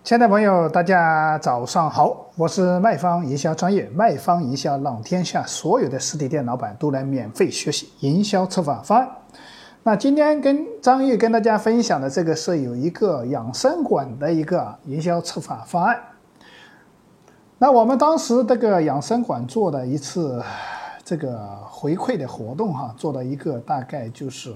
亲爱的朋友，大家早上好，我是卖方营销专业，卖方营销让天下所有的实体店老板都来免费学习营销策划方案。那今天跟张玉跟大家分享的这个是有一个养生馆的一个营销策划方案。那我们当时这个养生馆做的一次这个回馈的活动做了一个大概就是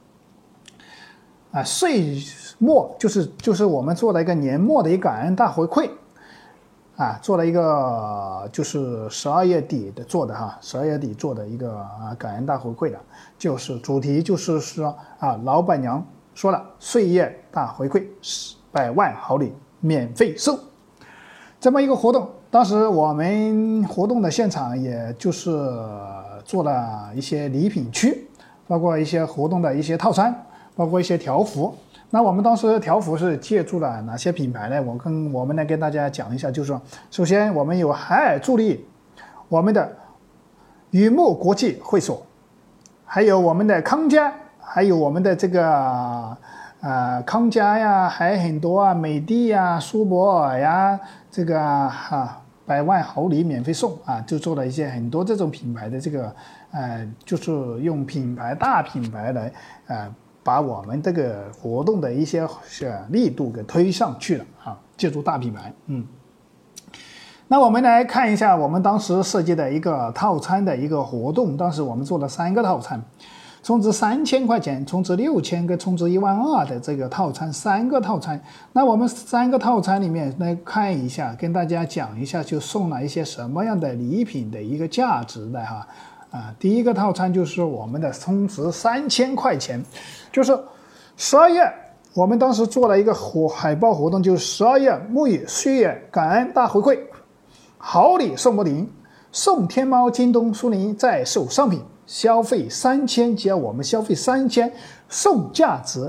岁末就是我们做了一个年末的一个感恩大回馈做了一个就是12月底的做的12月底做的一个感恩大回馈的，就是主题就是说老板娘说了，岁月大回馈，100万好礼免费送，这么一个活动。当时我们活动的现场也就是做了一些礼品区，包括一些活动的一些套餐，包括一些条幅。那我们当时条幅是借助了哪些品牌呢？我们来跟大家讲一下，就是说，首先我们有海尔助力，我们的雨木国际会所，还有我们的康佳，还有我们的这个康佳呀，还很多美的呀、苏泊尔呀，这个100万好礼免费送就做了一些很多这种品牌的这个就是用大品牌来把我们这个活动的一些力度给推上去了借助大品牌。那我们来看一下我们当时设计的一个套餐的一个活动。当时我们做了3个套餐，充值3000块钱，充值6000跟充值12000的这个套餐，3个套餐。那我们3个套餐里面来看一下，跟大家讲一下就送了一些什么样的礼品的一个价值的第一个套餐就是我们的充值3000块钱，就是12月我们当时做了一个海报活动，就是12月沐浴岁月感恩大回馈，好礼送不停，送天猫、京东、苏宁在售商品，消费3000，只要我们消费3000，送价值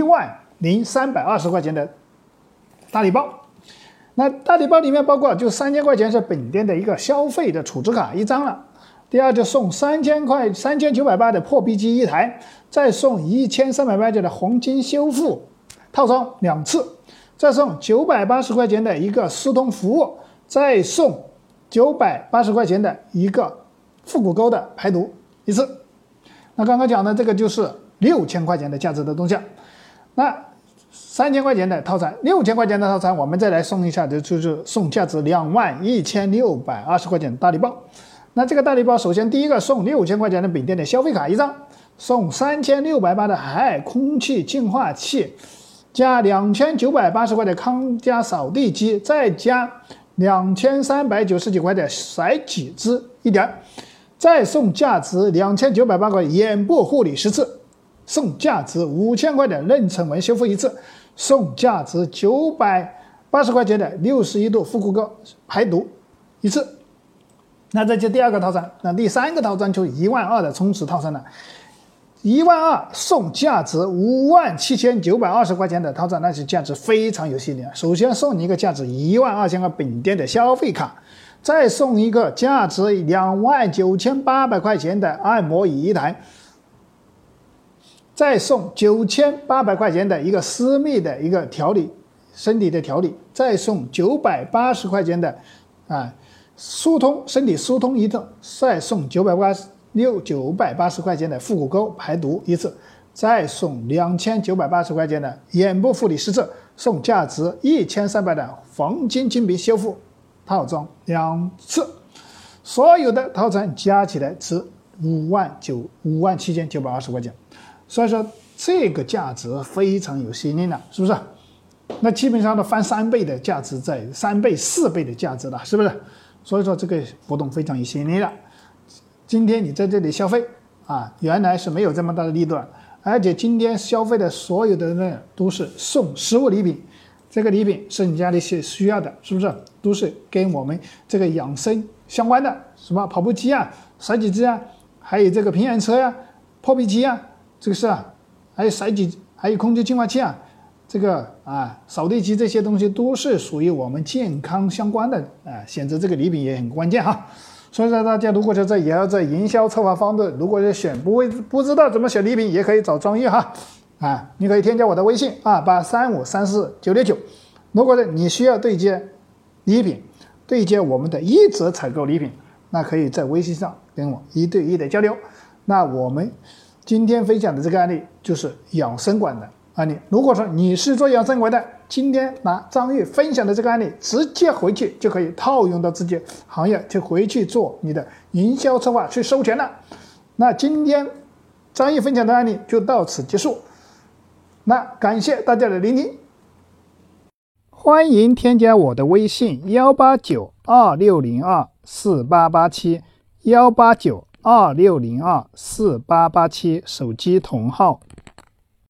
10320块钱的大礼包。那大礼包里面包括就3000块钱是本店的一个消费的储值卡1张了。第二就送3980的破壁机1台，再送1380的黄金修复套装2次，再送980块钱的一个疏通服务，再送980块钱的一个复古沟的排毒1次。那刚刚讲的这个就是6000块钱的价值的东西。那3000块钱的套餐，6000块钱的套餐，我们再来送一下，就是送价值21620块钱的大礼包。那这个大礼包，首先第一个送6000块钱的本店的消费卡1张，送3680的海尔空气净化器，加2980块的康佳扫地机，再加2399块的甩脂机1点，再送价值2980块眼部护理10次，送价值5000块的妊娠纹修复1次，送价值980块钱的61度复古沟排毒1次。那这就第二个套餐。那第3个套餐就12000的充值套餐了，12000送价值57920块钱的套餐，那是价值非常有吸引力。首先送你一个价值12000个本店的消费卡，再送一个价值29800块钱的按摩椅1台，再送9800块钱的一个私密的一个调理，身体的调理，再送980块钱的身体疏通1次，再送980块钱的复古沟排毒1次，再送2980块钱的眼部护理10次，送价值1300的黄金精品修复套装2次，所有的套餐加起来值57920块钱。所以说这个价值非常有吸引力了，是不是？那基本上都翻3倍的价值，在3倍4倍的价值了，是不是？所以说这个活动非常有吸引力了。今天你在这里消费原来是没有这么大的力度，而且今天消费的所有的人都是送实物礼品，这个礼品是你家里需要的，是不是？都是跟我们这个养生相关的，什么跑步机甩脂机还有这个平衡车破壁机这个是还有甩脂，还有空气净化器这个扫地机，这些东西都是属于我们健康相关的选择这个礼品也很关键所以说大家如果是也要在营销策划方面，如果是不知道怎么选礼品，也可以找专业你可以添加我的微信835349969， 如果你需要对接礼品，对接我们的一折采购礼品，那可以在微信上跟我1对1的交流。那我们今天分享的这个案例就是养生馆的案例。如果说你是做养生馆的，今天拿张玉分享的这个案例直接回去就可以套用到自己行业，就回去做你的营销策划去收钱了。那今天张玉分享的案例就到此结束，那感谢大家的聆听，欢迎添加我的微信18926024887，18926024887，手机同号。